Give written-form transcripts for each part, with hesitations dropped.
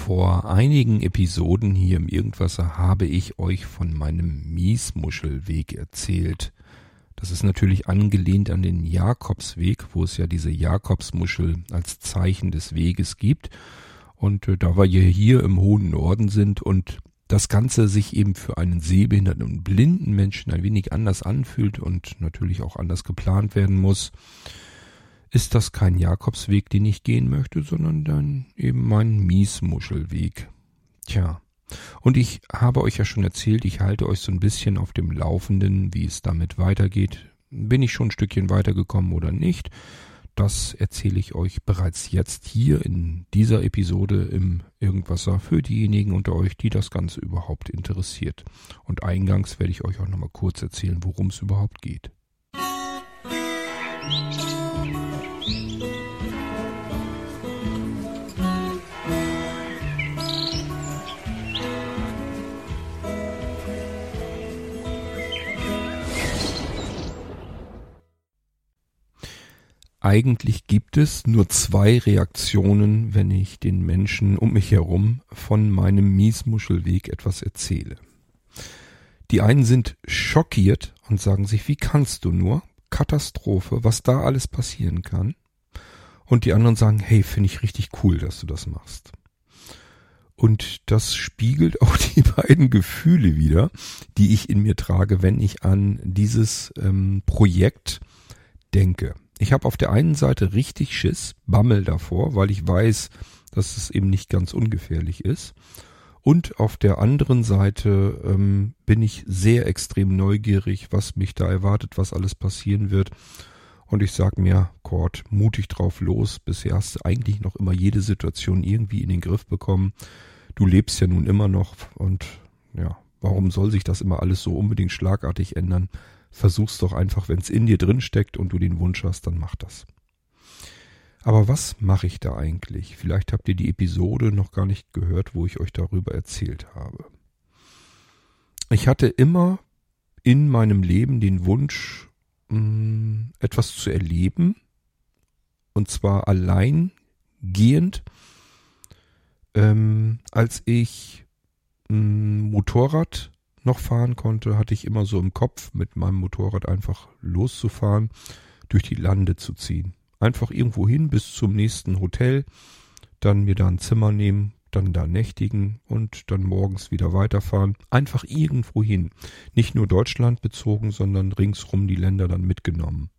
Vor einigen Episoden hier im Irgendwasser habe ich euch von meinem Miesmuschelweg erzählt. Das ist natürlich angelehnt an den Jakobsweg, wo es ja diese Jakobsmuschel als Zeichen des Weges gibt. Und da wir hier im hohen Norden sind und das Ganze sich eben für einen sehbehinderten und blinden Menschen ein wenig anders anfühlt und natürlich auch anders geplant werden muss, ist das kein Jakobsweg, den ich gehen möchte, sondern dann eben mein Miesmuschelweg. Tja, und ich habe euch ja schon erzählt, ich halte euch so ein bisschen auf dem Laufenden, wie es damit weitergeht. Bin ich schon ein Stückchen weitergekommen oder nicht? Das erzähle ich euch bereits jetzt hier in dieser Episode im Irgendwasser für diejenigen unter euch, die das Ganze überhaupt interessiert. Und eingangs werde ich euch auch nochmal kurz erzählen, worum es überhaupt geht. Eigentlich gibt es nur 2 Reaktionen, wenn ich den Menschen um mich herum von meinem Miesmuschelweg etwas erzähle. Die einen sind schockiert und sagen sich, wie kannst du nur? Katastrophe, was da alles passieren kann. Und die anderen sagen, hey, finde ich richtig cool, dass du das machst. Und das spiegelt auch die beiden Gefühle wider, die ich in mir trage, wenn ich an dieses Projekt denke. Ich habe auf der einen Seite richtig Schiss, Bammel davor, weil ich weiß, dass es eben nicht ganz ungefährlich ist. Und auf der anderen Seite bin ich sehr extrem neugierig, was mich da erwartet, was alles passieren wird. Und ich sage mir, Kurt, mutig drauf los. Bisher hast du eigentlich noch immer jede Situation irgendwie in den Griff bekommen. Du lebst ja nun immer noch und ja, warum soll sich das immer alles so unbedingt schlagartig ändern? Versuch's doch einfach, wenn es in dir drin steckt und du den Wunsch hast, dann mach das. Aber was mache ich da eigentlich? Vielleicht habt ihr die Episode noch gar nicht gehört, wo ich euch darüber erzählt habe. Ich hatte immer in meinem Leben den Wunsch, etwas zu erleben, und zwar allein gehend, als ich Motorrad noch fahren konnte, hatte ich immer so im Kopf, mit meinem Motorrad einfach loszufahren, durch die Lande zu ziehen. Einfach irgendwo hin bis zum nächsten Hotel, dann mir da ein Zimmer nehmen, dann da nächtigen und dann morgens wieder weiterfahren. Einfach irgendwo hin. Nicht nur Deutschland bezogen, sondern ringsrum die Länder dann mitgenommen.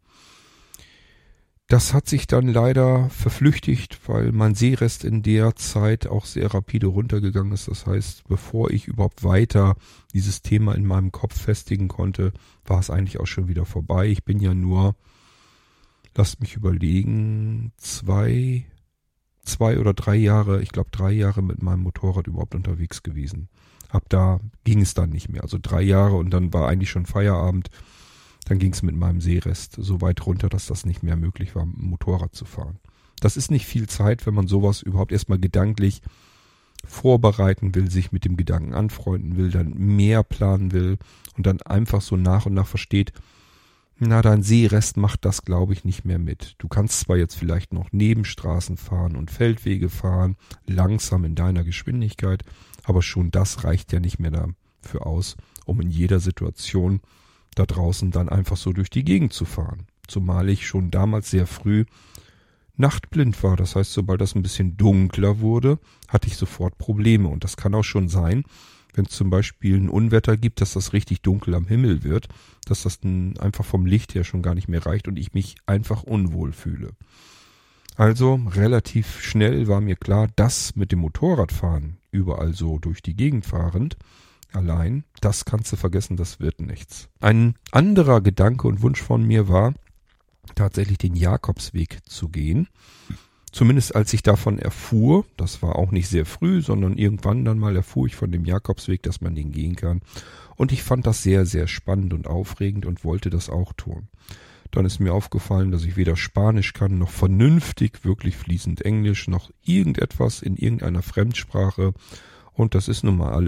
Das hat sich dann leider verflüchtigt, weil mein Sehrest in der Zeit auch sehr rapide runtergegangen ist. Das heißt, bevor ich überhaupt weiter dieses Thema in meinem Kopf festigen konnte, war es eigentlich auch schon wieder vorbei. Ich bin ja nur, lasst mich überlegen, zwei oder 3 Jahre, ich glaube 3 Jahre mit meinem Motorrad überhaupt unterwegs gewesen. Ab da ging es dann nicht mehr. Also 3 Jahre und dann war eigentlich schon Feierabend. Dann ging es mit meinem Seerest so weit runter, dass das nicht mehr möglich war, mit dem Motorrad zu fahren. Das ist nicht viel Zeit, wenn man sowas überhaupt erstmal gedanklich vorbereiten will, sich mit dem Gedanken anfreunden will, dann mehr planen will und dann einfach so nach und nach versteht, na, dein Seerest macht das, glaube ich, nicht mehr mit. Du kannst zwar jetzt vielleicht noch Nebenstraßen fahren und Feldwege fahren, langsam in deiner Geschwindigkeit, aber schon das reicht ja nicht mehr dafür aus, um in jeder Situation da draußen dann einfach so durch die Gegend zu fahren. Zumal ich schon damals sehr früh nachtblind war. Das heißt, sobald das ein bisschen dunkler wurde, hatte ich sofort Probleme. Und das kann auch schon sein, wenn es zum Beispiel ein Unwetter gibt, dass das richtig dunkel am Himmel wird, dass das dann einfach vom Licht her schon gar nicht mehr reicht und ich mich einfach unwohl fühle. Also relativ schnell war mir klar, das mit dem Motorradfahren, überall so durch die Gegend fahrend, allein, das kannst du vergessen, das wird nichts. Ein anderer Gedanke und Wunsch von mir war, tatsächlich den Jakobsweg zu gehen. Zumindest als ich davon erfuhr, das war auch nicht sehr früh, sondern irgendwann dann mal erfuhr ich von dem Jakobsweg, dass man den gehen kann. Und ich fand das sehr, sehr spannend und aufregend und wollte das auch tun. Dann ist mir aufgefallen, dass ich weder Spanisch kann, noch vernünftig, wirklich fließend Englisch, noch irgendetwas in irgendeiner Fremdsprache. Und das ist nun mal alles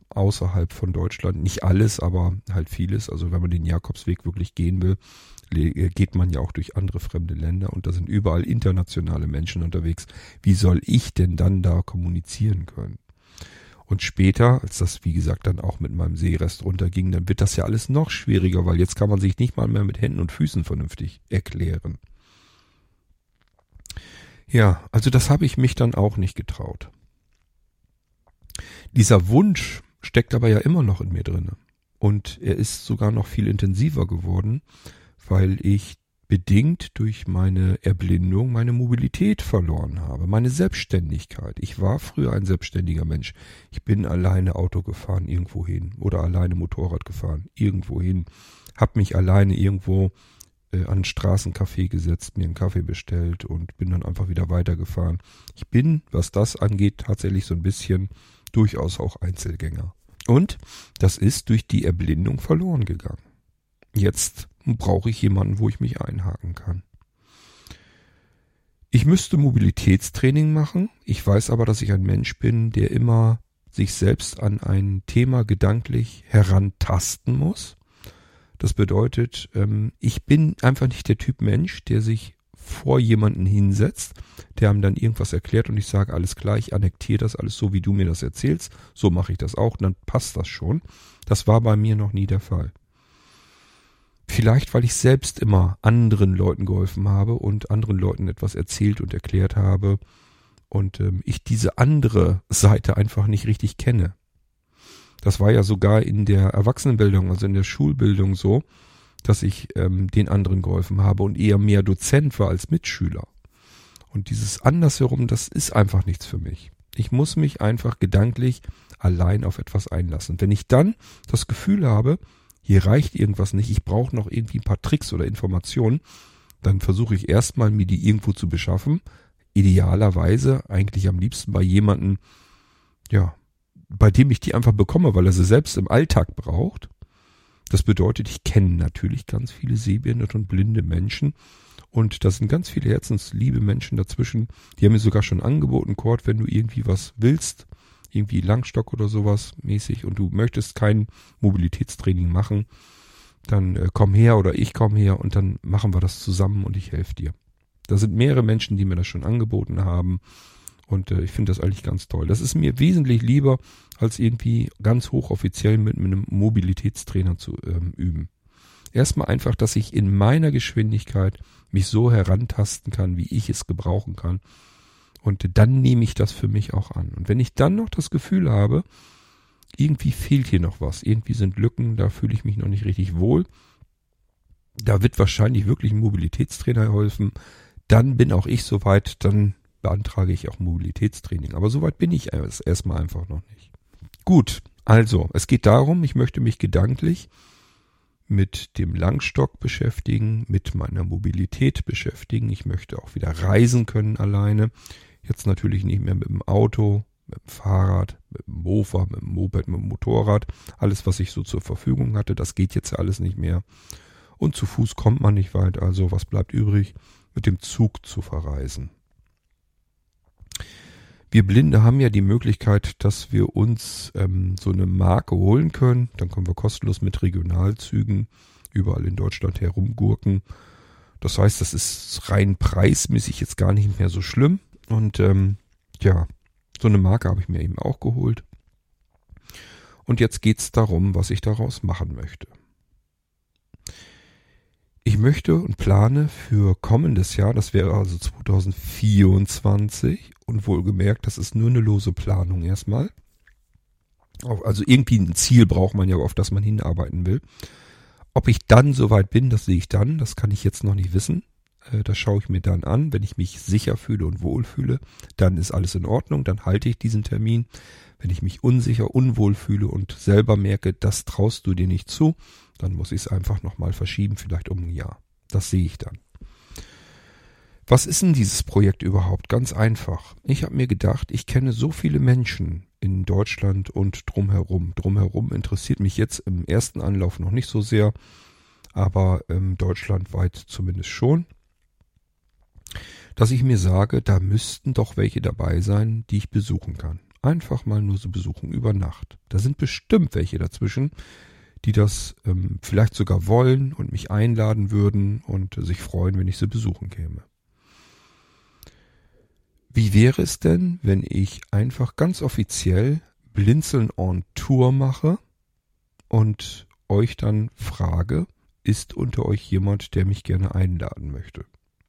außerhalb von Deutschland. Nicht alles, aber halt vieles. Also wenn man den Jakobsweg wirklich gehen will, geht man ja auch durch andere fremde Länder und da sind überall internationale Menschen unterwegs. Wie soll ich denn dann da kommunizieren können? Und später, als das wie gesagt dann auch mit meinem Seerest runterging, dann wird das ja alles noch schwieriger, weil jetzt kann man sich nicht mal mehr mit Händen und Füßen vernünftig erklären. Ja, also das habe ich mich dann auch nicht getraut. Dieser Wunsch steckt aber ja immer noch in mir drinne. Und er ist sogar noch viel intensiver geworden, weil ich bedingt durch meine Erblindung meine Mobilität verloren habe, meine Selbstständigkeit. Ich war früher ein selbstständiger Mensch. Ich bin alleine Auto gefahren irgendwohin oder alleine Motorrad gefahren irgendwohin, habe mich alleine irgendwo an ein Straßencafé gesetzt, mir einen Kaffee bestellt und bin dann einfach wieder weitergefahren. Ich bin, was das angeht, tatsächlich so ein bisschen durchaus auch Einzelgänger. Und das ist durch die Erblindung verloren gegangen. Jetzt brauche ich jemanden, wo ich mich einhaken kann. Ich müsste Mobilitätstraining machen. Ich weiß aber, dass ich ein Mensch bin, der immer sich selbst an ein Thema gedanklich herantasten muss. Das bedeutet, ich bin einfach nicht der Typ Mensch, der sich vor jemanden hinsetzt, der ihm dann irgendwas erklärt und ich sage, alles klar, ich annektiere das alles so, wie du mir das erzählst. So mache ich das auch, dann passt das schon. Das war bei mir noch nie der Fall. Vielleicht, weil ich selbst immer anderen Leuten geholfen habe und anderen Leuten etwas erzählt und erklärt habe und ich diese andere Seite einfach nicht richtig kenne. Das war ja sogar in der Erwachsenenbildung, also in der Schulbildung so, dass ich den anderen geholfen habe und eher mehr Dozent war als Mitschüler. Und dieses Andersherum, das ist einfach nichts für mich. Ich muss mich einfach gedanklich allein auf etwas einlassen. Wenn ich dann das Gefühl habe, hier reicht irgendwas nicht, ich brauche noch irgendwie ein paar Tricks oder Informationen, dann versuche ich erstmal, mir die irgendwo zu beschaffen. Idealerweise eigentlich am liebsten bei jemandem, ja, bei dem ich die einfach bekomme, weil er sie selbst im Alltag braucht. Das bedeutet, ich kenne natürlich ganz viele sehbehinderte und blinde Menschen und da sind ganz viele herzensliebe Menschen dazwischen. Die haben mir sogar schon angeboten, Kurt, wenn du irgendwie was willst, irgendwie Langstock oder sowas mäßig und du möchtest kein Mobilitätstraining machen, dann komm her oder ich komme her und dann machen wir das zusammen und ich helfe dir. Da sind mehrere Menschen, die mir das schon angeboten haben und ich finde das eigentlich ganz toll. Das ist mir wesentlich lieber, als irgendwie ganz hochoffiziell mit einem Mobilitätstrainer zu üben. Erstmal einfach, dass ich in meiner Geschwindigkeit mich so herantasten kann, wie ich es gebrauchen kann. Und dann nehme ich das für mich auch an. Und wenn ich dann noch das Gefühl habe, irgendwie fehlt hier noch was, irgendwie sind Lücken, da fühle ich mich noch nicht richtig wohl, da wird wahrscheinlich wirklich ein Mobilitätstrainer geholfen, dann bin auch ich soweit, dann beantrage ich auch Mobilitätstraining. Aber soweit bin ich erstmal einfach noch nicht. Gut, also es geht darum, ich möchte mich gedanklich mit dem Langstock beschäftigen, mit meiner Mobilität beschäftigen. Ich möchte auch wieder reisen können alleine. Jetzt natürlich nicht mehr mit dem Auto, mit dem Fahrrad, mit dem Mofa, mit dem Moped, mit dem Motorrad. Alles, was ich so zur Verfügung hatte, das geht jetzt ja alles nicht mehr. Und zu Fuß kommt man nicht weit, also was bleibt übrig? Mit dem Zug zu verreisen. Wir Blinde haben ja die Möglichkeit, dass wir uns so eine Marke holen können. Dann können wir kostenlos mit Regionalzügen überall in Deutschland herumgurken. Das heißt, das ist rein preismäßig jetzt gar nicht mehr so schlimm. Und ja, so eine Marke habe ich mir eben auch geholt. Und jetzt geht's darum, was ich daraus machen möchte. Ich möchte und plane für kommendes Jahr, das wäre also 2024 und wohlgemerkt, das ist nur eine lose Planung erstmal. Also irgendwie ein Ziel braucht man ja, auf das man hinarbeiten will. Ob ich dann soweit bin, das sehe ich dann, das kann ich jetzt noch nicht wissen. Das schaue ich mir dann an. Wenn ich mich sicher fühle und wohlfühle, dann ist alles in Ordnung, dann halte ich diesen Termin. Wenn ich mich unsicher, unwohl fühle und selber merke, das traust du dir nicht zu, dann muss ich es einfach nochmal verschieben, vielleicht um ein Jahr. Das sehe ich dann. Was ist denn dieses Projekt überhaupt? Ganz einfach. Ich habe mir gedacht, ich kenne so viele Menschen in Deutschland und drumherum. Drumherum interessiert mich jetzt im ersten Anlauf noch nicht so sehr, aber deutschlandweit zumindest schon, dass ich mir sage, da müssten doch welche dabei sein, die ich besuchen kann. Einfach mal nur so besuchen über Nacht. Da sind bestimmt welche dazwischen, die das vielleicht sogar wollen und mich einladen würden und sich freuen, wenn ich sie besuchen käme. Wie wäre es denn, wenn ich einfach ganz offiziell Blinzeln on Tour mache und euch dann frage, ist unter euch jemand, der mich gerne einladen möchte?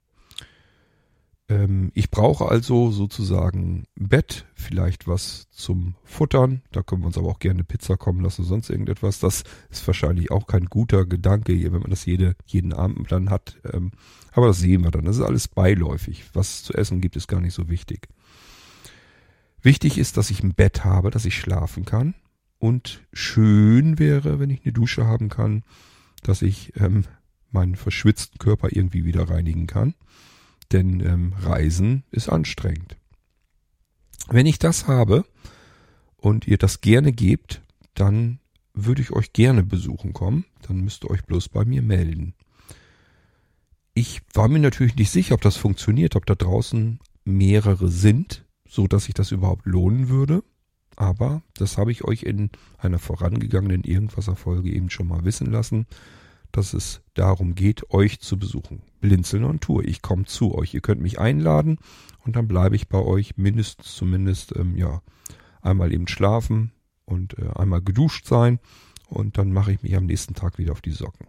Ich brauche also sozusagen Bett, vielleicht was zum Futtern. Da können wir uns aber auch gerne Pizza kommen lassen, sonst irgendetwas. Das ist wahrscheinlich auch kein guter Gedanke, wenn man das jeden Abend dann hat. Aber das sehen wir dann. Das ist alles beiläufig. Was zu essen gibt, ist gar nicht so wichtig. Wichtig ist, dass ich ein Bett habe, dass ich schlafen kann. Und schön wäre, wenn ich eine Dusche haben kann, dass ich meinen verschwitzten Körper irgendwie wieder reinigen kann. Denn Reisen ist anstrengend. Wenn ich das habe und ihr das gerne gebt, dann würde ich euch gerne besuchen kommen. Dann müsst ihr euch bloß bei mir melden. Ich war mir natürlich nicht sicher, ob das funktioniert, ob da draußen mehrere sind, so dass sich das überhaupt lohnen würde. Aber das habe ich euch in einer vorangegangenen Irgendwas-Folge eben schon mal wissen lassen, dass es darum geht, euch zu besuchen. Blinzeln on Tour. Ich komme zu euch. Ihr könnt mich einladen und dann bleibe ich bei euch zumindest einmal eben schlafen und einmal geduscht sein und dann mache ich mich am nächsten Tag wieder auf die Socken.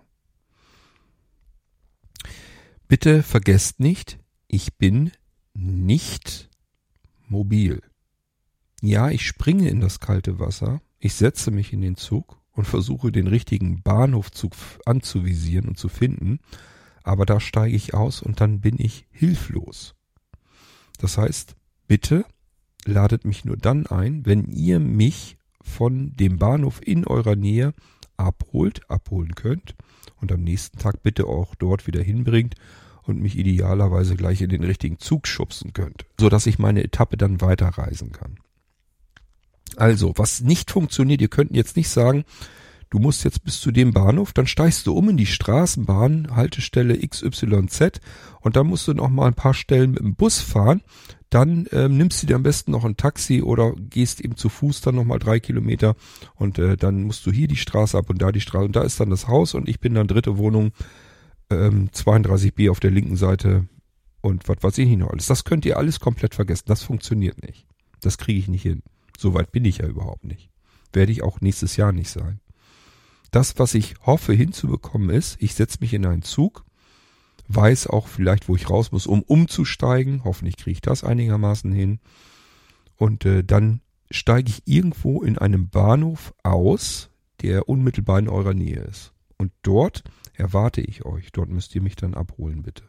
Bitte vergesst nicht, ich bin nicht mobil. Ja, ich springe in das kalte Wasser, ich setze mich in den Zug und versuche den richtigen Bahnhofzug anzuvisieren und zu finden, aber da steige ich aus und dann bin ich hilflos. Das heißt, bitte ladet mich nur dann ein, wenn ihr mich von dem Bahnhof in eurer Nähe abholen könnt und am nächsten Tag bitte auch dort wieder hinbringt und mich idealerweise gleich in den richtigen Zug schubsen könnt, sodass ich meine Etappe dann weiterreisen kann. Also, was nicht funktioniert, ihr könnt jetzt nicht sagen, du musst jetzt bis zu dem Bahnhof, dann steigst du um in die Straßenbahn, Haltestelle XYZ und dann musst du noch mal ein paar Stellen mit dem Bus fahren, dann nimmst du dir am besten noch ein Taxi oder gehst eben zu Fuß dann nochmal 3 Kilometer und dann musst du hier die Straße ab und da die Straße und da ist dann das Haus und ich bin dann dritte Wohnung, 32b auf der linken Seite und was weiß ich nicht noch alles. Das könnt ihr alles komplett vergessen, das funktioniert nicht. Das kriege ich nicht hin. So weit bin ich ja überhaupt nicht. Werde ich auch nächstes Jahr nicht sein. Das, was ich hoffe hinzubekommen ist, ich setze mich in einen Zug, weiß auch vielleicht, wo ich raus muss, um umzusteigen. Hoffentlich kriege ich das einigermaßen hin. Und dann steige ich irgendwo in einem Bahnhof aus, der unmittelbar in eurer Nähe ist. Und dort erwarte ich euch. Dort müsst ihr mich dann abholen, bitte.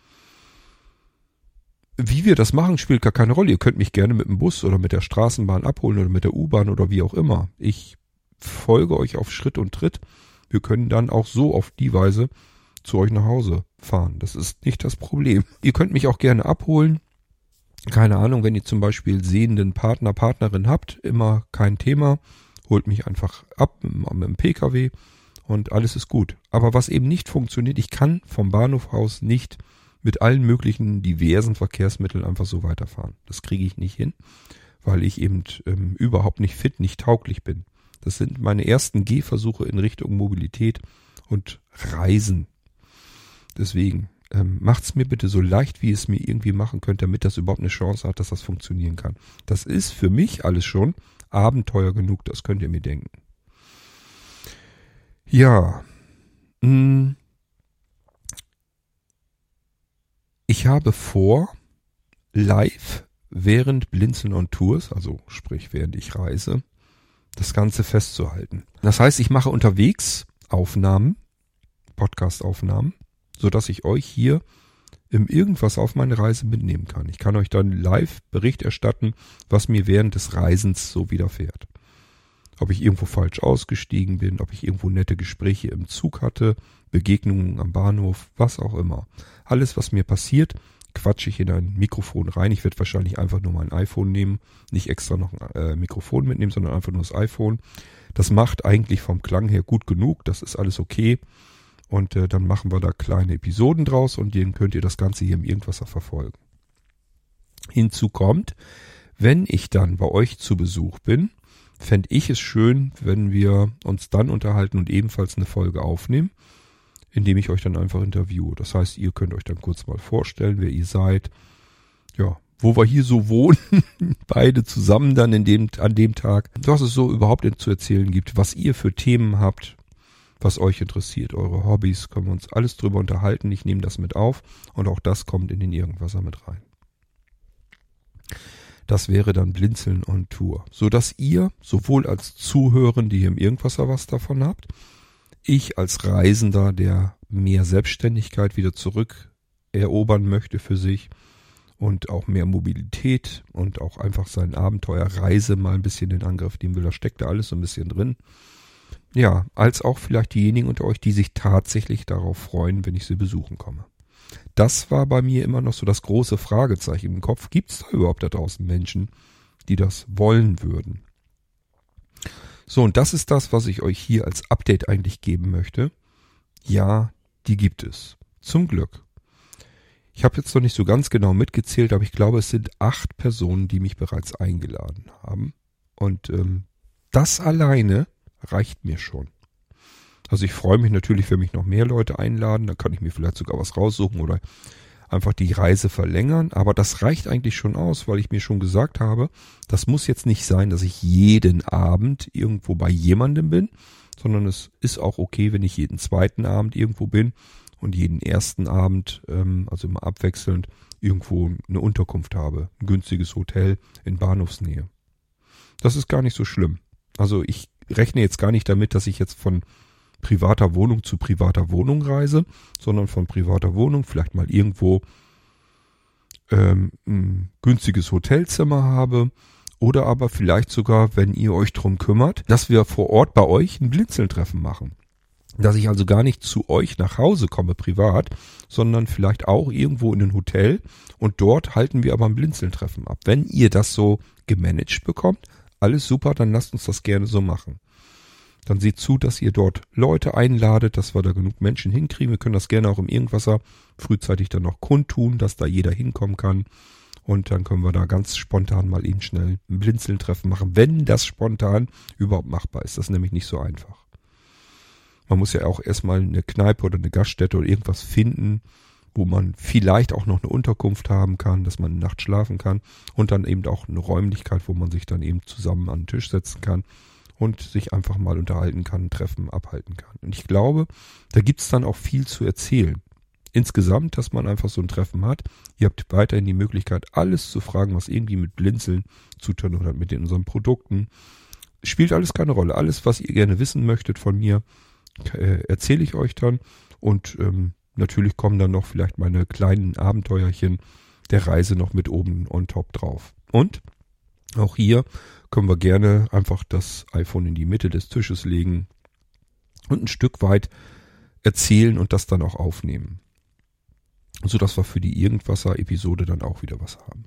Wie wir das machen, spielt gar keine Rolle. Ihr könnt mich gerne mit dem Bus oder mit der Straßenbahn abholen oder mit der U-Bahn oder wie auch immer. Ich folge euch auf Schritt und Tritt. Wir können dann auch so auf die Weise zu euch nach Hause fahren. Das ist nicht das Problem. Ihr könnt mich auch gerne abholen. Keine Ahnung, wenn ihr zum Beispiel sehenden Partner, Partnerin habt, immer kein Thema. Holt mich einfach ab mit dem PKW und alles ist gut. Aber was eben nicht funktioniert, ich kann vom Bahnhof aus nicht mit allen möglichen diversen Verkehrsmitteln einfach so weiterfahren. Das kriege ich nicht hin, weil ich eben überhaupt nicht fit, nicht tauglich bin. Das sind meine ersten Gehversuche in Richtung Mobilität und Reisen. Deswegen macht's mir bitte so leicht, wie ihr es mir irgendwie machen könnt, damit das überhaupt eine Chance hat, dass das funktionieren kann. Das ist für mich alles schon Abenteuer genug, das könnt ihr mir denken. Ja, ich habe vor, live während Blinzeln on Tours, also sprich während ich reise, das Ganze festzuhalten. Das heißt, ich mache unterwegs Aufnahmen, Podcast-Aufnahmen, sodass ich euch hier im Irgendwas auf meine Reise mitnehmen kann. Ich kann euch dann live Bericht erstatten, was mir während des Reisens so widerfährt. Ob ich irgendwo falsch ausgestiegen bin, ob ich irgendwo nette Gespräche im Zug hatte, Begegnungen am Bahnhof, was auch immer. Alles, was mir passiert, quatsche ich in ein Mikrofon rein. Ich werde wahrscheinlich einfach nur mein iPhone nehmen, nicht extra noch ein Mikrofon mitnehmen, sondern einfach nur das iPhone. Das macht eigentlich vom Klang her gut genug, das ist alles okay. Und dann machen wir da kleine Episoden draus und denen könnt ihr das Ganze hier im Irgendwas verfolgen. Hinzu kommt, Wenn ich dann bei euch zu Besuch bin, fände ich es schön, wenn wir uns dann unterhalten und ebenfalls eine Folge aufnehmen, indem ich euch dann einfach interviewe. Das heißt, ihr könnt euch dann kurz mal vorstellen, wer ihr seid, ja, wo wir hier so wohnen, beide zusammen dann an dem Tag, was es so überhaupt zu erzählen gibt, was ihr für Themen habt, was euch interessiert, eure Hobbys, können wir uns alles drüber unterhalten. Ich nehme das mit auf und auch das kommt in den Irgendwasser mit rein. Das wäre dann Blinzeln on Tour, sodass ihr sowohl als Zuhörer, die hier im Irgendwasser was davon habt, ich als Reisender, der mehr Selbstständigkeit wieder zurück erobern möchte für sich und auch mehr Mobilität und auch einfach seine Abenteuerreise mal ein bisschen in Angriff nehmen will. Da steckt da alles so ein bisschen drin. Ja, als auch vielleicht diejenigen unter euch, die sich tatsächlich darauf freuen, wenn ich sie besuchen komme. Das war bei mir immer noch so das große Fragezeichen im Kopf. Gibt es da überhaupt da draußen Menschen, die das wollen würden? So, und das ist das, was ich euch hier als Update eigentlich geben möchte. Ja, die gibt es. Zum Glück. Ich habe jetzt noch nicht so ganz genau mitgezählt, aber ich glaube, es sind 8 Personen, die mich bereits eingeladen haben. Und das alleine reicht mir schon. Also ich freue mich natürlich, wenn mich noch mehr Leute einladen. Dann kann ich mir vielleicht sogar was raussuchen oder einfach die Reise verlängern. Aber das reicht eigentlich schon aus, weil ich mir schon gesagt habe, das muss jetzt nicht sein, dass ich jeden Abend irgendwo bei jemandem bin, sondern es ist auch okay, wenn ich jeden zweiten Abend irgendwo bin und jeden ersten Abend, also immer abwechselnd, irgendwo eine Unterkunft habe. Ein günstiges Hotel in Bahnhofsnähe. Das ist gar nicht so schlimm. Also ich rechne jetzt gar nicht damit, dass ich jetzt von privater Wohnung zu privater Wohnung reise, sondern von privater Wohnung vielleicht mal irgendwo ein günstiges Hotelzimmer habe oder aber vielleicht sogar, wenn ihr euch drum kümmert, dass wir vor Ort bei euch ein Blinzeln-Treffen machen. Dass ich also gar nicht zu euch nach Hause komme privat, sondern vielleicht auch irgendwo in ein Hotel und dort halten wir aber ein Blinzeln-Treffen ab. Wenn ihr das so gemanagt bekommt, alles super, dann lasst uns das gerne so machen. Dann seht zu, dass ihr dort Leute einladet, dass wir da genug Menschen hinkriegen. Wir können das gerne auch im Irgendwasser frühzeitig dann noch kundtun, dass da jeder hinkommen kann. Und dann können wir da ganz spontan mal eben schnell ein Blinzeln-Treffen machen, wenn das spontan überhaupt machbar ist. Das ist nämlich nicht so einfach. Man muss ja auch erstmal eine Kneipe oder eine Gaststätte oder irgendwas finden, wo man vielleicht auch noch eine Unterkunft haben kann, dass man eine Nacht schlafen kann und dann eben auch eine Räumlichkeit, wo man sich dann eben zusammen an den Tisch setzen kann und sich einfach mal unterhalten kann, Treffen abhalten kann. Und ich glaube, da gibt's dann auch viel zu erzählen. Insgesamt, dass man einfach so ein Treffen hat. Ihr habt weiterhin die Möglichkeit, alles zu fragen, was irgendwie mit Blinzeln zu tun hat, mit unseren Produkten. Spielt alles keine Rolle. Alles, was ihr gerne wissen möchtet von mir, erzähle ich euch dann. Und natürlich kommen dann noch vielleicht meine kleinen Abenteuerchen der Reise noch mit oben on top drauf. Und auch hier können wir gerne einfach das iPhone in die Mitte des Tisches legen und ein Stück weit erzählen und das dann auch aufnehmen. Sodass wir für die Irgendwasser-Episode dann auch wieder was haben.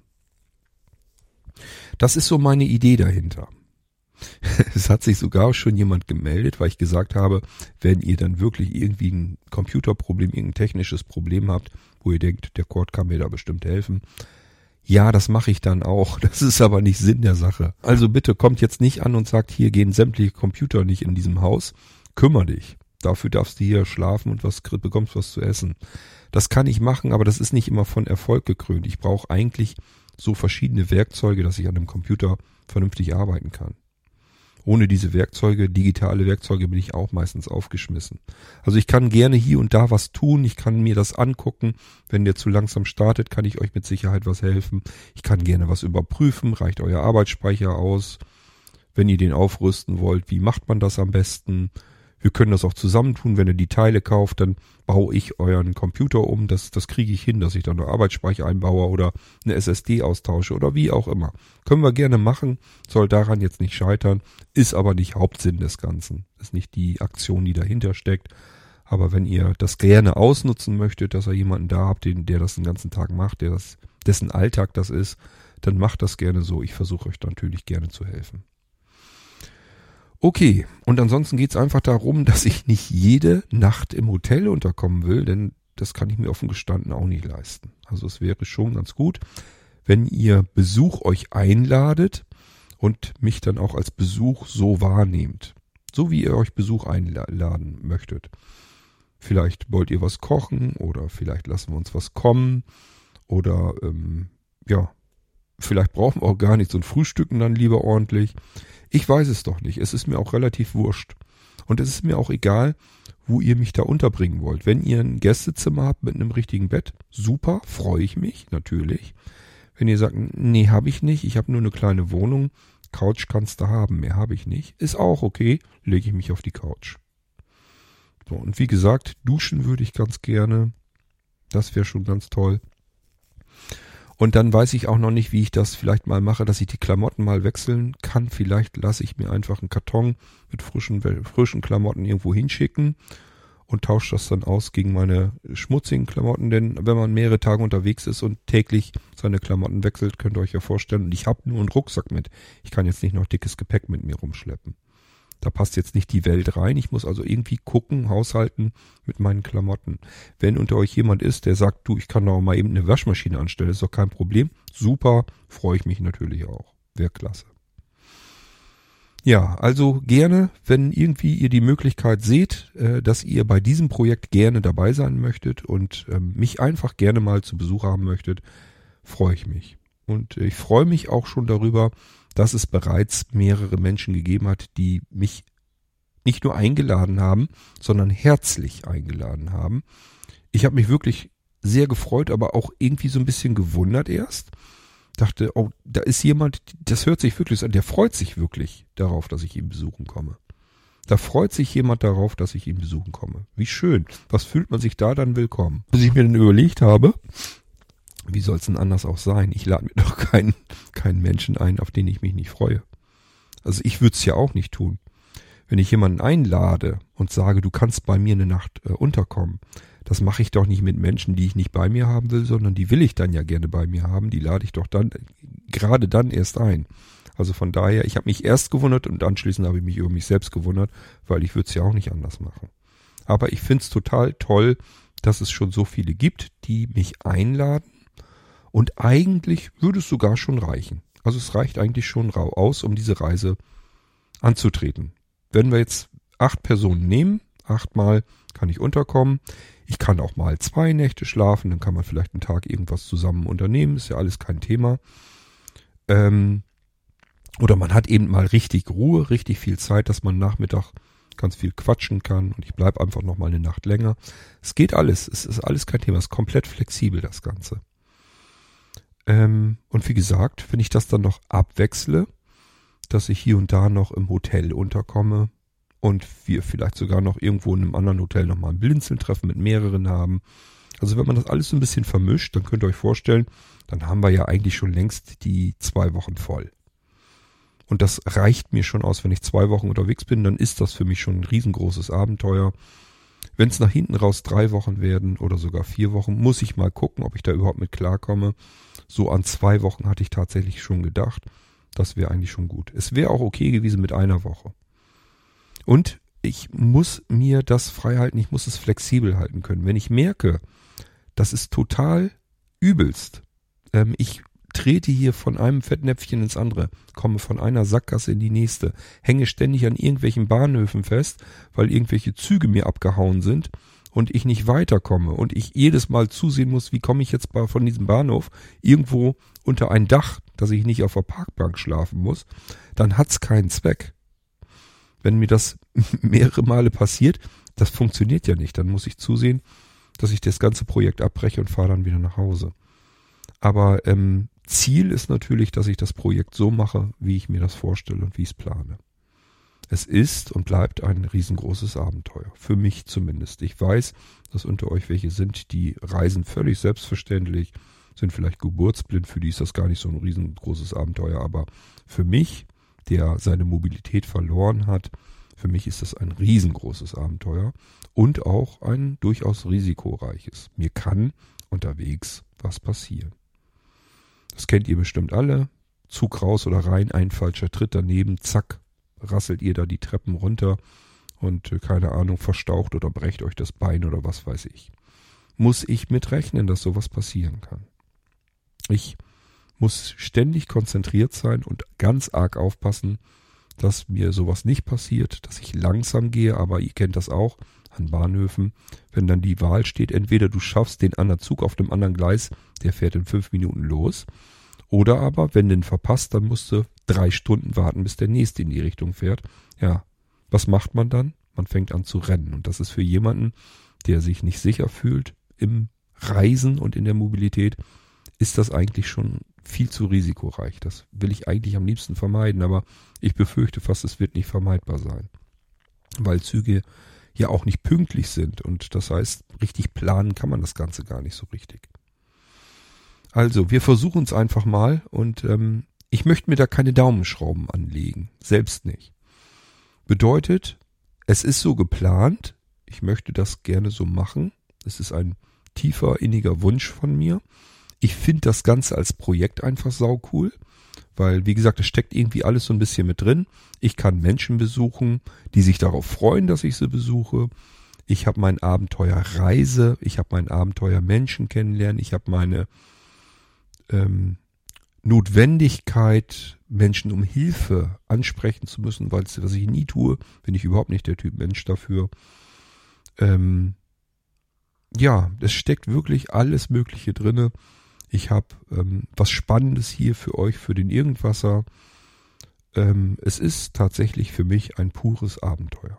Das ist so meine Idee dahinter. Es hat sich sogar schon jemand gemeldet, weil ich gesagt habe, wenn ihr dann wirklich irgendwie ein Computerproblem, irgendein technisches Problem habt, wo ihr denkt, der Cord kann mir da bestimmt helfen. Ja, das mache ich dann auch. Das ist aber nicht Sinn der Sache. Also bitte kommt jetzt nicht an und sagt, hier gehen sämtliche Computer nicht in diesem Haus. Kümmer dich. Dafür darfst du hier schlafen und bekommst was zu essen. Das kann ich machen, aber das ist nicht immer von Erfolg gekrönt. Ich brauche eigentlich so verschiedene Werkzeuge, dass ich an einem Computer vernünftig arbeiten kann. Ohne diese Werkzeuge, digitale Werkzeuge, bin ich auch meistens aufgeschmissen. Also ich kann gerne hier und da was tun, ich kann mir das angucken. Wenn der zu langsam startet, kann ich euch mit Sicherheit was helfen. Ich kann gerne was überprüfen, reicht euer Arbeitsspeicher aus? Wenn ihr den aufrüsten wollt, wie macht man das am besten? Wir können das auch zusammentun, wenn ihr die Teile kauft, dann baue ich euren Computer um, das kriege ich hin, dass ich dann einen Arbeitsspeicher einbaue oder eine SSD austausche oder wie auch immer. Können wir gerne machen, soll daran jetzt nicht scheitern, ist aber nicht Hauptsinn des Ganzen, ist nicht die Aktion, die dahinter steckt. Aber wenn ihr das gerne ausnutzen möchtet, dass ihr jemanden da habt, der das den ganzen Tag macht, dessen Alltag das ist, dann macht das gerne so. Ich versuche euch natürlich gerne zu helfen. Okay, und ansonsten geht's einfach darum, dass ich nicht jede Nacht im Hotel unterkommen will, denn das kann ich mir offen gestanden auch nicht leisten. Also es wäre schon ganz gut, wenn ihr Besuch euch einladet und mich dann auch als Besuch so wahrnehmt. So wie ihr euch Besuch einladen möchtet. Vielleicht wollt ihr was kochen oder vielleicht lassen wir uns was kommen oder vielleicht brauchen wir auch gar nicht so ein Frühstücken dann lieber ordentlich. Ich weiß es doch nicht. Es ist mir auch relativ wurscht. Und es ist mir auch egal, wo ihr mich da unterbringen wollt. Wenn ihr ein Gästezimmer habt mit einem richtigen Bett, super, freue ich mich, natürlich. Wenn ihr sagt, nee, habe ich nicht, ich habe nur eine kleine Wohnung, Couch kannst du haben, mehr habe ich nicht, ist auch okay, lege ich mich auf die Couch. So, und wie gesagt, duschen würde ich ganz gerne, das wäre schon ganz toll. Und dann weiß ich auch noch nicht, wie ich das vielleicht mal mache, dass ich die Klamotten mal wechseln kann. Vielleicht lasse ich mir einfach einen Karton mit frischen Klamotten irgendwo hinschicken und tausche das dann aus gegen meine schmutzigen Klamotten. Denn wenn man mehrere Tage unterwegs ist und täglich seine Klamotten wechselt, könnt ihr euch ja vorstellen, und ich habe nur einen Rucksack mit. Ich kann jetzt nicht noch dickes Gepäck mit mir rumschleppen. Da passt jetzt nicht die Welt rein. Ich muss also irgendwie gucken, haushalten mit meinen Klamotten. Wenn unter euch jemand ist, der sagt, du, ich kann doch mal eben eine Waschmaschine anstellen, ist doch kein Problem. Super, freue ich mich natürlich auch. Wäre klasse. Ja, also gerne, wenn irgendwie ihr die Möglichkeit seht, dass ihr bei diesem Projekt gerne dabei sein möchtet und mich einfach gerne mal zu Besuch haben möchtet, freue ich mich. Und ich freue mich auch schon darüber, dass es bereits mehrere Menschen gegeben hat, die mich nicht nur eingeladen haben, sondern herzlich eingeladen haben. Ich habe mich wirklich sehr gefreut, aber auch irgendwie so ein bisschen gewundert erst. Dachte, oh, da ist jemand, das hört sich wirklich so an, der freut sich wirklich darauf, dass ich ihn besuchen komme. Da freut sich jemand darauf, dass ich ihn besuchen komme. Wie schön. Was fühlt man sich da dann willkommen? Bis ich mir dann überlegt habe, wie soll es denn anders auch sein? Ich lade mir doch keinen Menschen ein, auf den ich mich nicht freue. Also ich würde es ja auch nicht tun. Wenn ich jemanden einlade und sage, du kannst bei mir eine Nacht unterkommen, das mache ich doch nicht mit Menschen, die ich nicht bei mir haben will, sondern die will ich dann ja gerne bei mir haben. Die lade ich doch dann, gerade dann erst ein. Also von daher, ich habe mich erst gewundert und anschließend habe ich mich über mich selbst gewundert, weil ich würde es ja auch nicht anders machen. Aber ich finde es total toll, dass es schon so viele gibt, die mich einladen. Und eigentlich würde es sogar schon reichen. Also es reicht eigentlich schon aus, um diese Reise anzutreten. Wenn wir jetzt 8 Personen nehmen, 8-mal kann ich unterkommen. Ich kann auch mal 2 Nächte schlafen, dann kann man vielleicht einen Tag irgendwas zusammen unternehmen, ist ja alles kein Thema. Oder man hat eben mal richtig Ruhe, richtig viel Zeit, dass man Nachmittag ganz viel quatschen kann und ich bleibe einfach noch mal eine Nacht länger. Es geht alles, es ist alles kein Thema, es ist komplett flexibel das Ganze. Und wie gesagt, wenn ich das dann noch abwechsle, dass ich hier und da noch im Hotel unterkomme und wir vielleicht sogar noch irgendwo in einem anderen Hotel nochmal ein Blinzeln-Treffen mit mehreren haben. Also wenn man das alles so ein bisschen vermischt, dann könnt ihr euch vorstellen, dann haben wir ja eigentlich schon längst die 2 Wochen voll. Und das reicht mir schon aus, wenn ich 2 Wochen unterwegs bin, dann ist das für mich schon ein riesengroßes Abenteuer. Wenn es nach hinten raus 3 Wochen werden oder sogar 4 Wochen, muss ich mal gucken, ob ich da überhaupt mit klarkomme. So an 2 Wochen hatte ich tatsächlich schon gedacht. Das wäre eigentlich schon gut. Es wäre auch okay gewesen mit 1 Woche. Und ich muss mir das frei halten, ich muss es flexibel halten können. Wenn ich merke, das ist total übelst, ich trete hier von einem Fettnäpfchen ins andere, komme von einer Sackgasse in die nächste, hänge ständig an irgendwelchen Bahnhöfen fest, weil irgendwelche Züge mir abgehauen sind und ich nicht weiterkomme und ich jedes Mal zusehen muss, wie komme ich jetzt von diesem Bahnhof irgendwo unter ein Dach, dass ich nicht auf der Parkbank schlafen muss, dann hat's keinen Zweck. Wenn mir das mehrere Male passiert, das funktioniert ja nicht. Dann muss ich zusehen, dass ich das ganze Projekt abbreche und fahre dann wieder nach Hause. Aber Ziel ist natürlich, dass ich das Projekt so mache, wie ich mir das vorstelle und wie ich es plane. Es ist und bleibt ein riesengroßes Abenteuer. Für mich zumindest. Ich weiß, dass unter euch welche sind, die reisen völlig selbstverständlich, sind vielleicht geburtsblind, für die ist das gar nicht so ein riesengroßes Abenteuer. Aber für mich, der seine Mobilität verloren hat, für mich ist das ein riesengroßes Abenteuer und auch ein durchaus risikoreiches. Mir kann unterwegs was passieren. Das kennt ihr bestimmt alle. Zug raus oder rein, ein falscher Tritt daneben, zack, rasselt ihr da die Treppen runter und keine Ahnung, verstaucht oder brecht euch das Bein oder was weiß ich. Muss ich mitrechnen, dass sowas passieren kann. Ich muss ständig konzentriert sein und ganz arg aufpassen, dass mir sowas nicht passiert, dass ich langsam gehe, aber ihr kennt das auch an Bahnhöfen, wenn dann die Wahl steht, entweder du schaffst den anderen Zug auf dem anderen Gleis, der fährt in 5 Minuten los, oder aber, wenn du ihn verpasst, dann musst du 3 Stunden warten, bis der nächste in die Richtung fährt. Ja, was macht man dann? Man fängt an zu rennen. Und das ist für jemanden, der sich nicht sicher fühlt im Reisen und in der Mobilität, ist das eigentlich schon viel zu risikoreich. Das will ich eigentlich am liebsten vermeiden, aber ich befürchte fast, es wird nicht vermeidbar sein. Weil Züge ja auch nicht pünktlich sind und das heißt, richtig planen kann man das Ganze gar nicht so richtig. Also, wir versuchen es einfach mal und ich möchte mir da keine Daumenschrauben anlegen, selbst nicht. Bedeutet, es ist so geplant, ich möchte das gerne so machen, es ist ein tiefer, inniger Wunsch von mir. Ich finde das Ganze als Projekt einfach saucool, weil, wie gesagt, es steckt irgendwie alles so ein bisschen mit drin. Ich kann Menschen besuchen, die sich darauf freuen, dass ich sie besuche. Ich habe mein Abenteuer Reise, ich habe mein Abenteuer Menschen kennenlernen, ich habe meine Notwendigkeit, Menschen um Hilfe ansprechen zu müssen, weil es, was ich nie tue, bin ich überhaupt nicht der Typ Mensch dafür. Ja, es steckt wirklich alles Mögliche drinne. Ich habe was Spannendes hier für euch, für den Irgendwasser. Es ist tatsächlich für mich ein pures Abenteuer.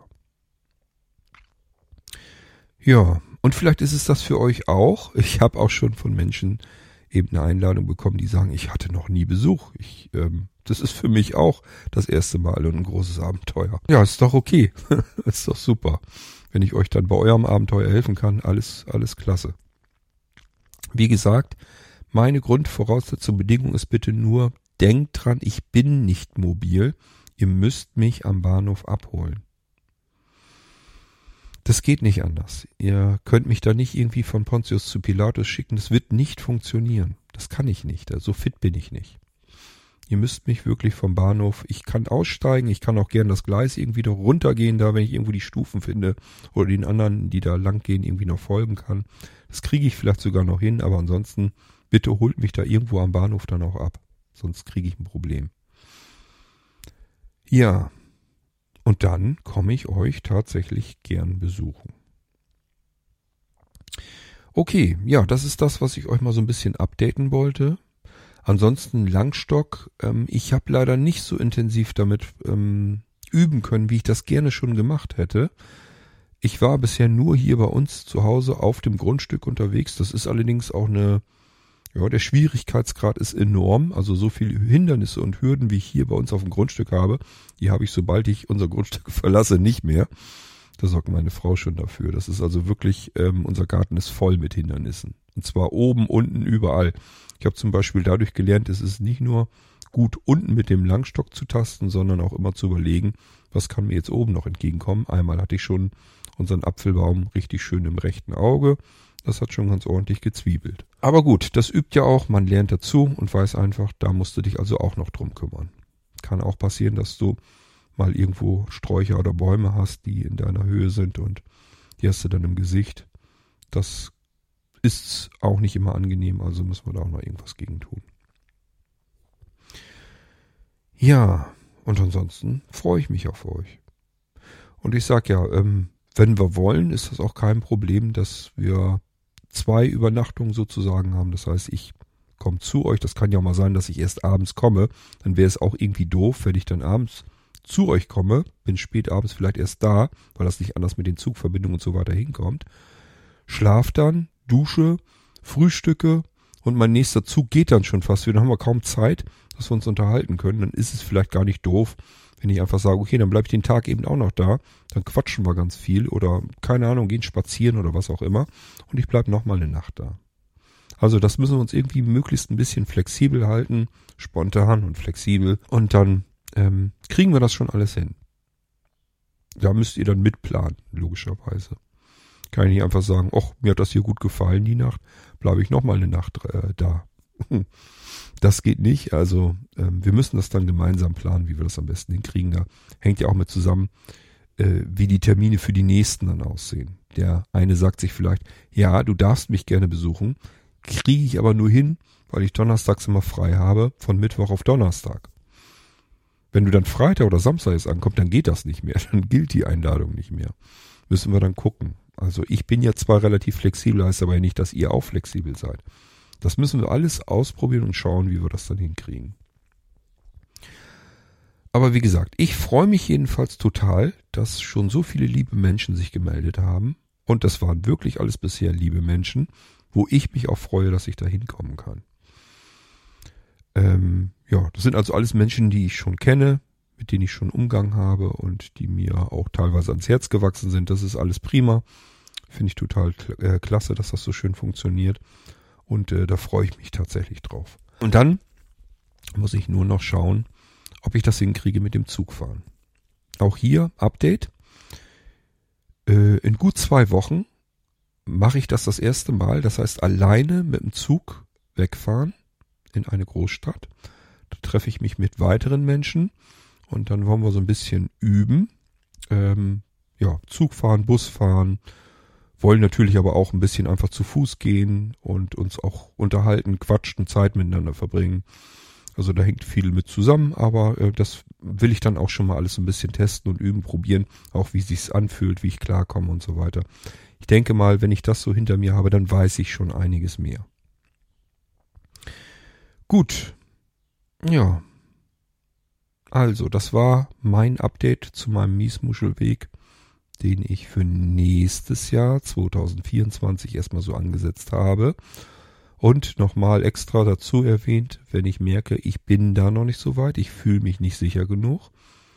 Ja, und vielleicht ist es das für euch auch. Ich habe auch schon von Menschen eben eine Einladung bekommen, die sagen, ich hatte noch nie Besuch. Das ist für mich auch das erste Mal und ein großes Abenteuer. Ja, ist doch okay. Ist doch super. Wenn ich euch dann bei eurem Abenteuer helfen kann, alles klasse. Wie gesagt, meine Grundvoraussetzung, Bedingung ist bitte nur, denkt dran, ich bin nicht mobil. Ihr müsst mich am Bahnhof abholen. Das geht nicht anders. Ihr könnt mich da nicht irgendwie von Pontius zu Pilatus schicken. Das wird nicht funktionieren. Das kann ich nicht. So fit bin ich nicht. Ihr müsst mich wirklich vom Bahnhof, ich kann aussteigen, ich kann auch gern das Gleis irgendwie noch runtergehen, da wenn ich irgendwo die Stufen finde oder den anderen, die da lang gehen, irgendwie noch folgen kann. Das kriege ich vielleicht sogar noch hin, aber ansonsten bitte holt mich da irgendwo am Bahnhof dann auch ab. Sonst kriege ich ein Problem. Ja. Und dann komme ich euch tatsächlich gern besuchen. Okay, ja, das ist das, was ich euch mal so ein bisschen updaten wollte. Ansonsten Langstock, ich habe leider nicht so intensiv damit üben können, wie ich das gerne schon gemacht hätte. Ich war bisher nur hier bei uns zu Hause auf dem Grundstück unterwegs. Das ist allerdings auch der Schwierigkeitsgrad ist enorm. Also so viele Hindernisse und Hürden, wie ich hier bei uns auf dem Grundstück habe, die habe ich, sobald ich unser Grundstück verlasse, nicht mehr. Da sorgt meine Frau schon dafür. Das ist also wirklich, unser Garten ist voll mit Hindernissen. Und zwar oben, unten, überall. Ich habe zum Beispiel dadurch gelernt, es ist nicht nur gut, unten mit dem Langstock zu tasten, sondern auch immer zu überlegen, was kann mir jetzt oben noch entgegenkommen. Einmal hatte ich schon unseren Apfelbaum richtig schön im rechten Auge. Das hat schon ganz ordentlich gezwiebelt. Aber gut, das übt ja auch, man lernt dazu und weiß einfach, da musst du dich also auch noch drum kümmern. Kann auch passieren, dass du mal irgendwo Sträucher oder Bäume hast, die in deiner Höhe sind und die hast du dann im Gesicht. Das ist auch nicht immer angenehm, also müssen wir da auch noch irgendwas gegen tun. Ja, und ansonsten freue ich mich auf euch. Und ich sag ja, wenn wir wollen, ist das auch kein Problem, dass wir 2 Übernachtungen sozusagen haben. Das heißt, ich komme zu euch. Das kann ja auch mal sein, dass ich erst abends komme. Dann wäre es auch irgendwie doof, wenn ich dann abends zu euch komme. Bin spät abends vielleicht erst da, weil das nicht anders mit den Zugverbindungen und so weiter hinkommt. Schlaf dann, dusche, frühstücke und mein nächster Zug geht dann schon fast. Dann haben wir kaum Zeit, dass wir uns unterhalten können. Dann ist es vielleicht gar nicht doof, wenn ich einfach sage, okay, dann bleibe ich den Tag eben auch noch da, dann quatschen wir ganz viel oder, keine Ahnung, gehen spazieren oder was auch immer und ich bleibe nochmal eine Nacht da. Also das müssen wir uns irgendwie möglichst ein bisschen flexibel halten, spontan und flexibel und dann kriegen wir das schon alles hin. Da müsst ihr dann mitplanen, logischerweise. Kann ich nicht einfach sagen, ach, mir hat das hier gut gefallen, die Nacht, bleibe ich nochmal eine Nacht da. Das geht nicht, also wir müssen das dann gemeinsam planen, wie wir das am besten hinkriegen. Da hängt ja auch mit zusammen, wie die Termine für die Nächsten dann aussehen. Der eine sagt sich vielleicht, ja, du darfst mich gerne besuchen, kriege ich aber nur hin, weil ich donnerstags immer frei habe, von Mittwoch auf Donnerstag. Wenn du dann Freitag oder Samstag jetzt ankommst, dann geht das nicht mehr. Dann gilt die Einladung nicht mehr. Müssen wir dann gucken. Also ich bin ja zwar relativ flexibel, heißt aber ja nicht, dass ihr auch flexibel seid. Das müssen wir alles ausprobieren und schauen, wie wir das dann hinkriegen. Aber wie gesagt, ich freue mich jedenfalls total, dass schon so viele liebe Menschen sich gemeldet haben. Und das waren wirklich alles bisher liebe Menschen, wo ich mich auch freue, dass ich da hinkommen kann. Ja, das sind also alles Menschen, die ich schon kenne, mit denen ich schon Umgang habe und die mir auch teilweise ans Herz gewachsen sind. Das ist alles prima. Finde ich total klasse, dass das so schön funktioniert. Und da freue ich mich tatsächlich drauf. Und dann muss ich nur noch schauen, ob ich das hinkriege mit dem Zugfahren. Auch hier Update. In gut 2 Wochen mache ich das erste Mal. Das heißt, alleine mit dem Zug wegfahren in eine Großstadt. Da treffe ich mich mit weiteren Menschen und dann wollen wir so ein bisschen üben. Zug fahren, Bus fahren, wollen natürlich aber auch ein bisschen einfach zu Fuß gehen und uns auch unterhalten, quatschen, Zeit miteinander verbringen. Also da hängt viel mit zusammen, aber das will ich dann auch schon mal alles ein bisschen testen und üben, probieren, auch wie es sich anfühlt, wie ich klarkomme und so weiter. Ich denke mal, wenn ich das so hinter mir habe, dann weiß ich schon einiges mehr. Gut, ja, also das war mein Update zu meinem Miesmuschelweg, den ich für nächstes Jahr 2024 erstmal so angesetzt habe. Und nochmal extra dazu erwähnt, wenn ich merke, ich bin da noch nicht so weit, ich fühle mich nicht sicher genug,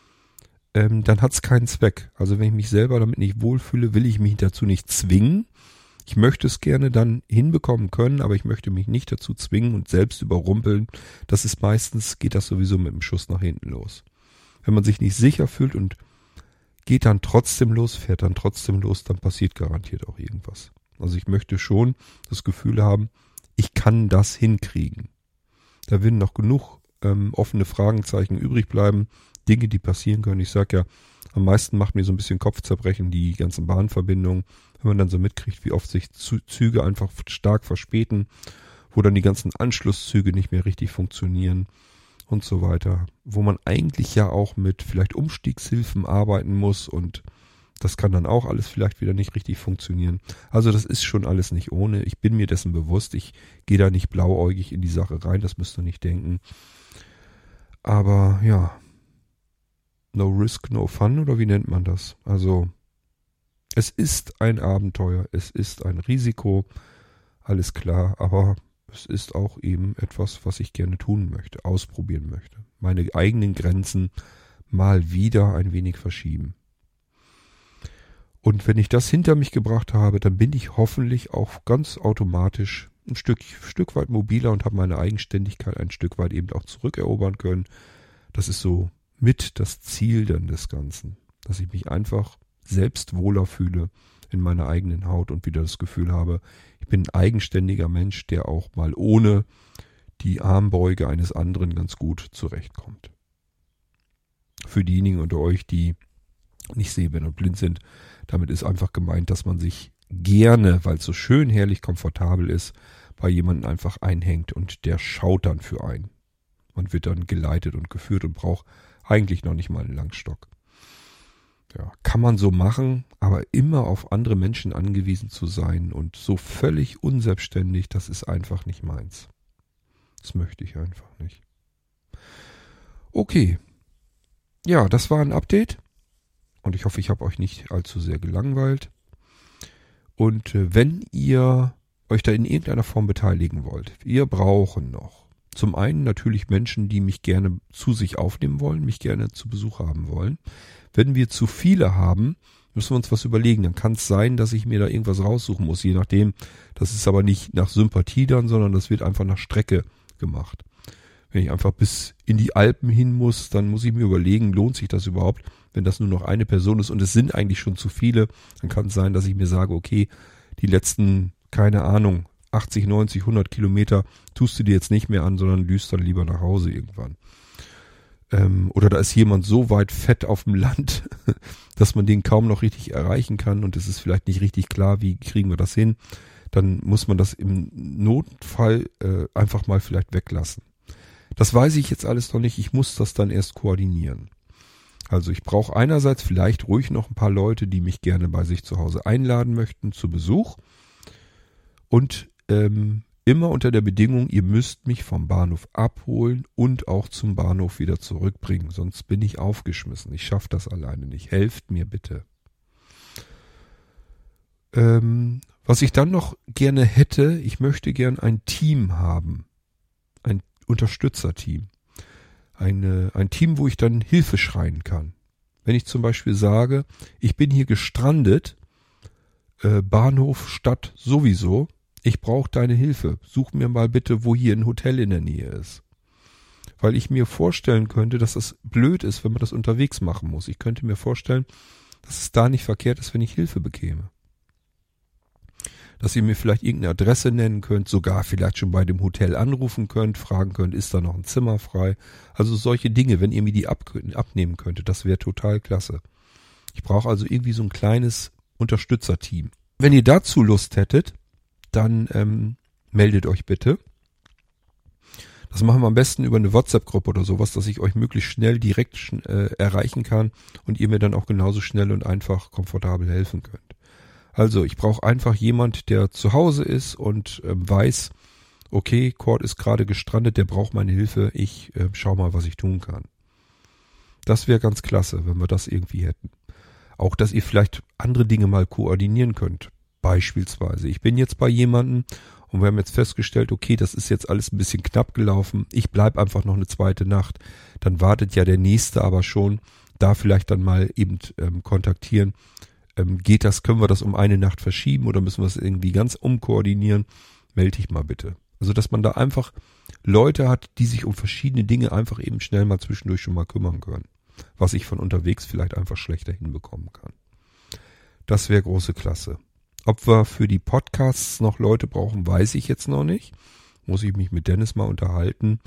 dann hat es keinen Zweck. Also wenn ich mich selber damit nicht wohlfühle, will ich mich dazu nicht zwingen. Ich möchte es gerne dann hinbekommen können, aber ich möchte mich nicht dazu zwingen und selbst überrumpeln. Das ist meistens, geht das sowieso mit dem Schuss nach hinten los. Wenn man sich nicht sicher fühlt und geht dann trotzdem los, fährt dann trotzdem los, dann passiert garantiert auch irgendwas. Also ich möchte schon das Gefühl haben, ich kann das hinkriegen. Da werden noch genug offene Fragezeichen übrig bleiben, Dinge, die passieren können. Ich sage ja, am meisten macht mir so ein bisschen Kopfzerbrechen die ganzen Bahnverbindungen, wenn man dann so mitkriegt, wie oft sich Züge einfach stark verspäten, wo dann die ganzen Anschlusszüge nicht mehr richtig funktionieren und so weiter. Wo man eigentlich ja auch mit vielleicht Umstiegshilfen arbeiten muss und das kann dann auch alles vielleicht wieder nicht richtig funktionieren. Also das ist schon alles nicht ohne. Ich bin mir dessen bewusst. Ich gehe da nicht blauäugig in die Sache rein. Das müsst ihr nicht denken. Aber ja, no risk, no fun oder wie nennt man das? Also es ist ein Abenteuer. Es ist ein Risiko. Alles klar. Aber es ist auch eben etwas, was ich gerne tun möchte, ausprobieren möchte. Meine eigenen Grenzen mal wieder ein wenig verschieben. Und wenn ich das hinter mich gebracht habe, dann bin ich hoffentlich auch ganz automatisch ein Stück weit mobiler und habe meine Eigenständigkeit ein Stück weit eben auch zurückerobern können. Das ist so mit das Ziel dann des Ganzen, dass ich mich einfach selbst wohler fühle in meiner eigenen Haut und wieder das Gefühl habe, ich bin ein eigenständiger Mensch, der auch mal ohne die Armbeuge eines anderen ganz gut zurechtkommt. Für diejenigen unter euch, die nicht sehbehindert und blind sind, damit ist einfach gemeint, dass man sich gerne, weil es so schön, herrlich, komfortabel ist, bei jemandem einfach einhängt und der schaut dann für einen. Man wird dann geleitet und geführt und braucht eigentlich noch nicht mal einen Langstock. Ja, kann man so machen, aber immer auf andere Menschen angewiesen zu sein und so völlig unselbstständig, das ist einfach nicht meins. Das möchte ich einfach nicht. Okay. Ja, das war ein Update. Und ich hoffe, ich habe euch nicht allzu sehr gelangweilt. Und wenn ihr euch da in irgendeiner Form beteiligen wollt, wir brauchen noch zum einen natürlich Menschen, die mich gerne zu sich aufnehmen wollen, mich gerne zu Besuch haben wollen. Wenn wir zu viele haben, müssen wir uns was überlegen. Dann kann es sein, dass ich mir da irgendwas raussuchen muss, je nachdem. Das ist aber nicht nach Sympathie dann, sondern das wird einfach nach Strecke gemacht. Wenn ich einfach bis in die Alpen hin muss, dann muss ich mir überlegen, lohnt sich das überhaupt? Wenn das nur noch eine Person ist und es sind eigentlich schon zu viele, dann kann es sein, dass ich mir sage, okay, die letzten, keine Ahnung, 80, 90, 100 Kilometer tust du dir jetzt nicht mehr an, sondern düst dann lieber nach Hause irgendwann. Oder da ist jemand so weit fett auf dem Land, dass man den kaum noch richtig erreichen kann und es ist vielleicht nicht richtig klar, wie kriegen wir das hin. dann muss man das im Notfall einfach mal vielleicht weglassen. Das weiß ich jetzt alles noch nicht. Ich muss das dann erst koordinieren. Also ich brauche einerseits vielleicht ruhig noch ein paar Leute, die mich gerne bei sich zu Hause einladen möchten zu Besuch. Und immer unter der Bedingung, ihr müsst mich vom Bahnhof abholen und auch zum Bahnhof wieder zurückbringen. Sonst bin ich aufgeschmissen. Ich schaffe das alleine nicht. Helft mir bitte. Was ich dann noch gerne hätte, ich möchte gern ein Team haben. Ein Unterstützerteam. Ein Team, wo ich dann Hilfe schreien kann. Wenn ich zum Beispiel sage, ich bin hier gestrandet, Bahnhof, Stadt sowieso, ich brauche deine Hilfe. Such mir mal bitte, wo hier ein Hotel in der Nähe ist. Weil ich mir vorstellen könnte, dass es blöd ist, wenn man das unterwegs machen muss. Ich könnte mir vorstellen, dass es da nicht verkehrt ist, wenn ich Hilfe bekäme. Dass ihr mir vielleicht irgendeine Adresse nennen könnt, sogar vielleicht schon bei dem Hotel anrufen könnt, fragen könnt, ist da noch ein Zimmer frei? Also solche Dinge, wenn ihr mir die abnehmen könntet, das wäre total klasse. Ich brauche also irgendwie so ein kleines Unterstützerteam. Wenn ihr dazu Lust hättet, dann meldet euch bitte. Das machen wir am besten über eine WhatsApp-Gruppe oder sowas, dass ich euch möglichst schnell direkt erreichen kann und ihr mir dann auch genauso schnell und einfach komfortabel helfen könnt. Also ich brauche einfach jemand, der zu Hause ist und weiß, okay, Cord ist gerade gestrandet, der braucht meine Hilfe, ich schau mal, was ich tun kann. Das wäre ganz klasse, wenn wir das irgendwie hätten. Auch, dass ihr vielleicht andere Dinge mal koordinieren könnt. Beispielsweise, ich bin jetzt bei jemandem und wir haben jetzt festgestellt, okay, das ist jetzt alles ein bisschen knapp gelaufen, ich bleib einfach noch eine zweite Nacht. Dann wartet ja der Nächste aber schon, da vielleicht dann mal eben kontaktieren. Geht das, können wir das um eine Nacht verschieben oder müssen wir es irgendwie ganz umkoordinieren? Melde dich mal bitte. Also, dass man da einfach Leute hat, die sich um verschiedene Dinge einfach eben schnell mal zwischendurch schon mal kümmern können. Was ich von unterwegs vielleicht einfach schlechter hinbekommen kann. Das wäre große Klasse. Ob wir für die Podcasts noch Leute brauchen, weiß ich jetzt noch nicht. Muss ich mich mit Dennis mal unterhalten.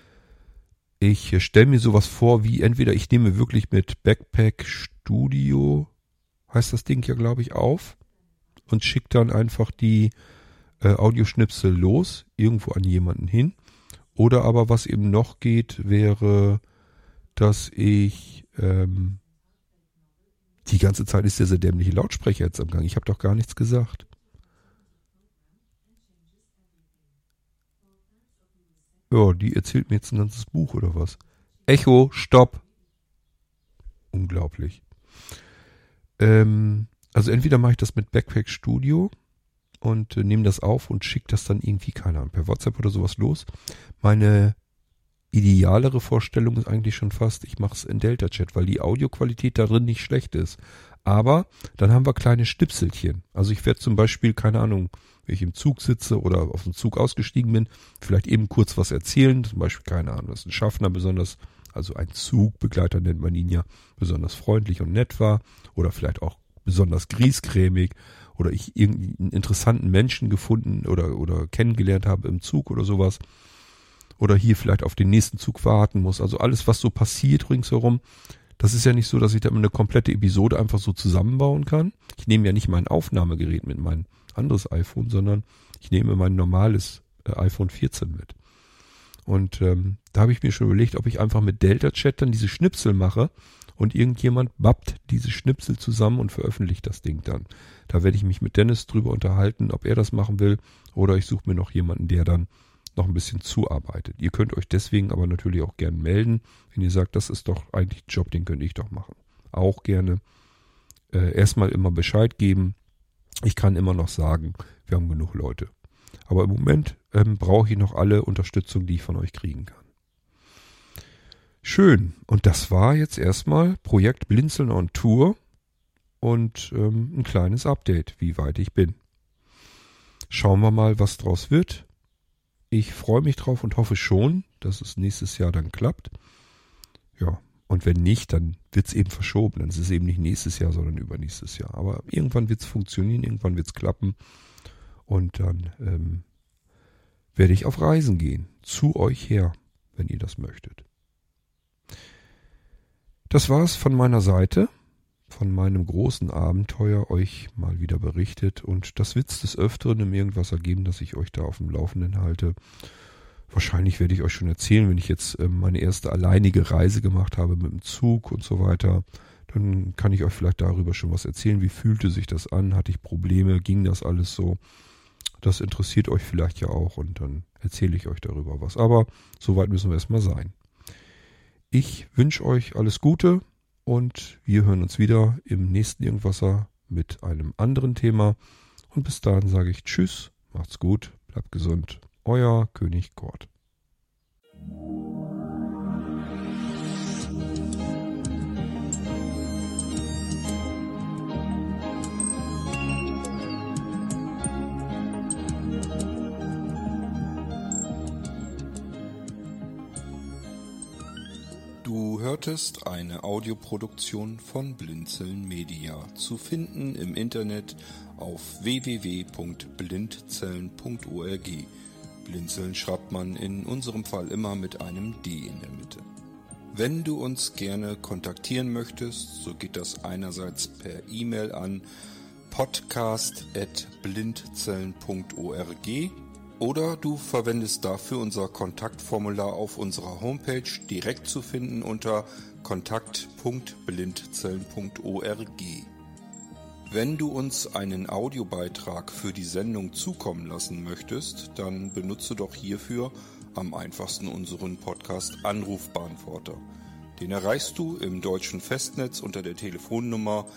Ich stelle mir sowas vor, wie entweder ich nehme wirklich mit Backpack Studio, heißt das Ding ja, glaube ich, auf und schicke dann einfach die Audioschnipsel los, irgendwo an jemanden hin. Oder aber was eben noch geht, wäre, dass ich die ganze Zeit ist dieser dämliche Lautsprecher jetzt am Gang. Ich habe doch gar nichts gesagt. Ja, die erzählt mir jetzt ein ganzes Buch oder was. Echo, stopp. Unglaublich. Also entweder mache ich das mit Backpack Studio und nehme das auf und schicke das dann irgendwie, keine Ahnung, per WhatsApp oder sowas los. Meine idealere Vorstellung ist eigentlich schon fast, ich mache es in Delta Chat, weil die Audioqualität darin nicht schlecht ist. Aber dann haben wir kleine Schnipselchen. Also ich werde zum Beispiel, keine Ahnung, wenn ich im Zug sitze oder auf dem Zug ausgestiegen bin, vielleicht eben kurz was erzählen. Zum Beispiel, keine Ahnung, dass ein Schaffner besonders, also ein Zugbegleiter nennt man ihn ja, besonders freundlich und nett war. Oder vielleicht auch besonders griesgrämig. Oder ich irgendeinen interessanten Menschen gefunden oder kennengelernt habe im Zug oder sowas. Oder hier vielleicht auf den nächsten Zug warten muss. Also alles, was so passiert ringsherum. Das ist ja nicht so, dass ich da eine komplette Episode einfach so zusammenbauen kann. Ich nehme ja nicht mein Aufnahmegerät mit, mein anderes iPhone, sondern ich nehme mein normales iPhone 14 mit. Und da habe ich mir schon überlegt, ob ich einfach mit Delta Chat dann diese Schnipsel mache und irgendjemand bappt diese Schnipsel zusammen und veröffentlicht das Ding dann. Da werde ich mich mit Dennis drüber unterhalten, ob er das machen will oder ich suche mir noch jemanden, der dann noch ein bisschen zuarbeitet. Ihr könnt euch deswegen aber natürlich auch gern melden, wenn ihr sagt, das ist doch eigentlich ein Job, den könnte ich doch machen. Auch gerne erstmal immer Bescheid geben. Ich kann immer noch sagen, wir haben genug Leute. Aber im Moment brauche ich noch alle Unterstützung, die ich von euch kriegen kann. Schön. Und das war jetzt erstmal Projekt Blinzeln on Tour und ein kleines Update, wie weit ich bin. Schauen wir mal, was draus wird. Ich freue mich drauf und hoffe schon, dass es nächstes Jahr dann klappt. Ja, und wenn nicht, dann wird es eben verschoben. Dann ist es eben nicht nächstes Jahr, sondern übernächstes Jahr. Aber irgendwann wird es funktionieren, irgendwann wird es klappen. Und dann werde ich auf Reisen gehen. Zu euch her, wenn ihr das möchtet. Das war's von meiner Seite. von meinem großen Abenteuer euch mal wieder berichtet und das wird es des Öfteren im Irgendwas ergeben, dass ich euch da auf dem Laufenden halte. Wahrscheinlich werde ich euch schon erzählen, wenn ich jetzt meine erste alleinige Reise gemacht habe mit dem Zug und so weiter. Dann kann ich euch vielleicht darüber schon was erzählen. Wie fühlte sich das an? Hatte ich Probleme? Ging das alles so? Das interessiert euch vielleicht ja auch und dann erzähle ich euch darüber was. Aber soweit müssen wir erstmal sein. Ich wünsche euch alles Gute und wir hören uns wieder im nächsten Irgendwasser mit einem anderen Thema. Und bis dahin sage ich Tschüss, macht's gut, bleibt gesund. Euer König Kurt. Du hörtest eine Audioproduktion von Blinzeln Media, zu finden im Internet auf www.blindzellen.org. Blinzeln schreibt man in unserem Fall immer mit einem D in der Mitte. Wenn du uns gerne kontaktieren möchtest, so geht das einerseits per E-Mail an podcast@blindzellen.org oder du verwendest dafür unser Kontaktformular auf unserer Homepage, direkt zu finden unter kontakt.blindzellen.org. Wenn du uns einen Audiobeitrag für die Sendung zukommen lassen möchtest, dann benutze doch hierfür am einfachsten unseren Podcast Anrufbeantworter. Den erreichst du im deutschen Festnetz unter der Telefonnummer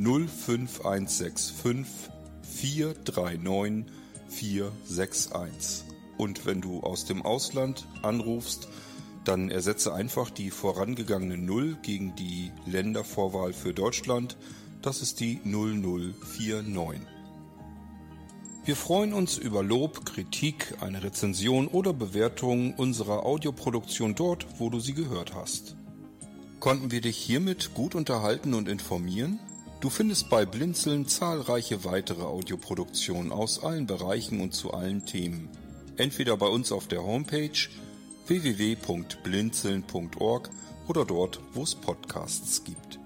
05165 439 461. Und wenn du aus dem Ausland anrufst, dann ersetze einfach die vorangegangene 0 gegen die Ländervorwahl für Deutschland. Das ist die 0049. Wir freuen uns über Lob, Kritik, eine Rezension oder Bewertung unserer Audioproduktion dort, wo du sie gehört hast. Konnten wir dich hiermit gut unterhalten und informieren? Du findest bei Blinzeln zahlreiche weitere Audioproduktionen aus allen Bereichen und zu allen Themen. Entweder bei uns auf der Homepage www.blinzeln.org oder dort, wo es Podcasts gibt.